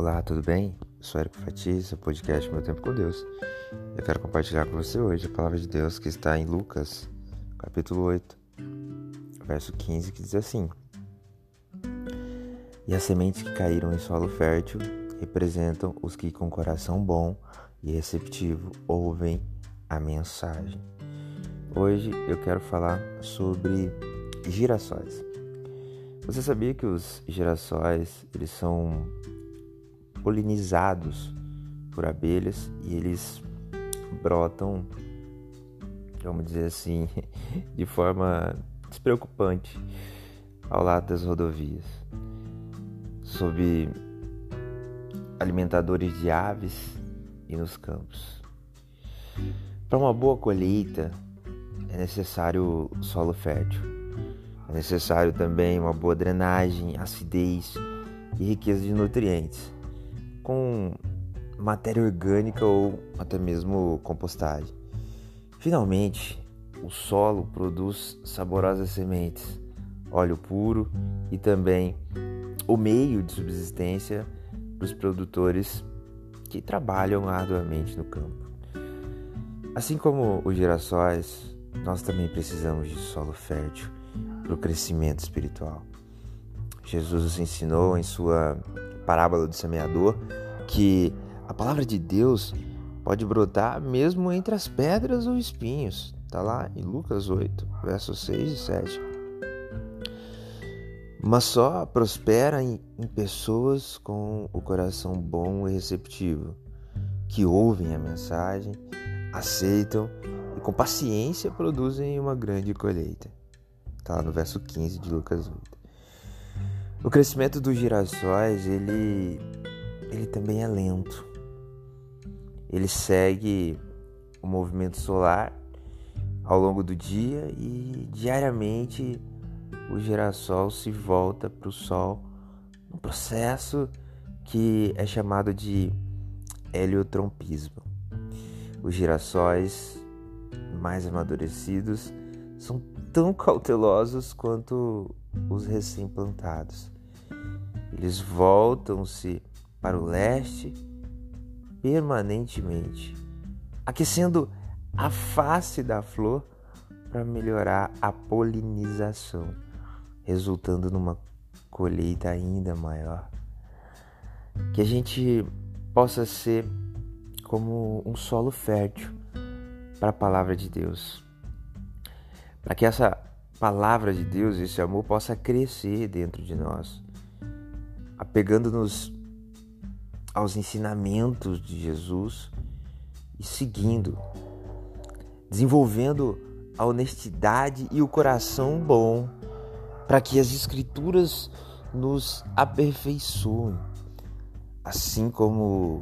Olá, tudo bem? Eu sou Érico Fati, seu podcast Meu Tempo com Deus. Eu quero compartilhar com você hoje a palavra de Deus que está em Lucas, capítulo 8, verso 15, que diz assim: E as sementes que caíram em solo fértil representam os que com coração bom e receptivo ouvem a mensagem. Hoje eu quero falar sobre girassóis. Você sabia que os girassóis, eles são polinizados por abelhas e eles brotam, vamos dizer assim, de forma despreocupante ao lado das rodovias, sob alimentadores de aves e nos campos. Para uma boa colheita é necessário solo fértil, é necessário também uma boa drenagem, acidez e riqueza de nutrientes, com matéria orgânica ou até mesmo compostagem. Finalmente, o solo produz saborosas sementes, óleo puro e também o meio de subsistência para os produtores que trabalham arduamente no campo. Assim como os girassóis, nós também precisamos de solo fértil para o crescimento espiritual. Jesus nos ensinou em sua parábola do semeador que a palavra de Deus pode brotar mesmo entre as pedras ou espinhos. Está lá em Lucas 8, versos 6 e 7. Mas só prospera em pessoas com o coração bom e receptivo, que ouvem a mensagem, aceitam e com paciência produzem uma grande colheita. Está lá no verso 15 de Lucas 8. O crescimento dos girassóis, ele também é lento. Ele segue o movimento solar ao longo do dia e diariamente o girassol se volta para o sol num processo que é chamado de heliotropismo. Os girassóis mais amadurecidos são tão cautelosos quanto os recém-plantados. Eles voltam-se para o leste permanentemente, aquecendo a face da flor para melhorar a polinização, resultando numa colheita ainda maior. Que a gente possa ser como um solo fértil para a palavra de Deus, para que essa palavra de Deus, esse amor, possa crescer dentro de nós, apegando-nos aos ensinamentos de Jesus e seguindo, desenvolvendo a honestidade e o coração bom, para que as Escrituras nos aperfeiçoem, assim como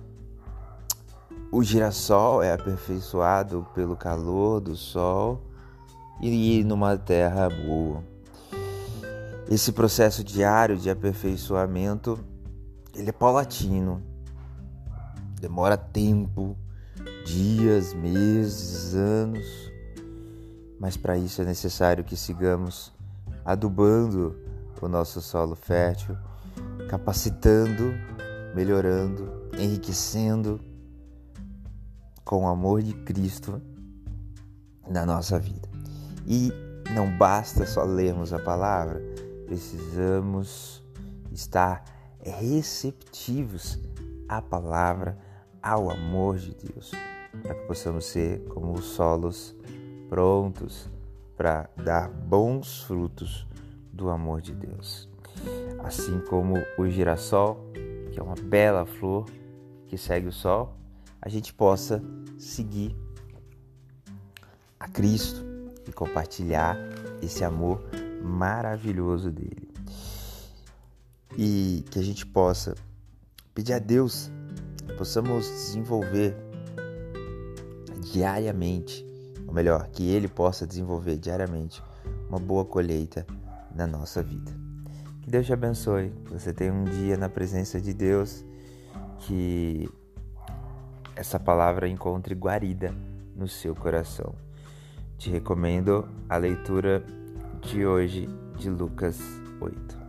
o girassol é aperfeiçoado pelo calor do sol e numa terra boa. Esse processo diário de aperfeiçoamento, ele é paulatino, demora tempo, dias, meses, anos, mas para isso é necessário que sigamos adubando o nosso solo fértil, capacitando, melhorando, enriquecendo com o amor de Cristo na nossa vida. E não basta só lermos a palavra, precisamos estar receptivos à palavra, ao amor de Deus, para que possamos ser como os solos prontos para dar bons frutos do amor de Deus. Assim como o girassol, que é uma bela flor que segue o sol, a gente possa seguir a Cristo e compartilhar esse amor maravilhoso dele. E que a gente possa pedir a Deus que possamos desenvolver diariamente, ou melhor, que Ele possa desenvolver diariamente uma boa colheita na nossa vida. Que Deus te abençoe, que você tenha um dia na presença de Deus, que essa palavra encontre guarida no seu coração. Te recomendo a leitura de hoje de Lucas 8.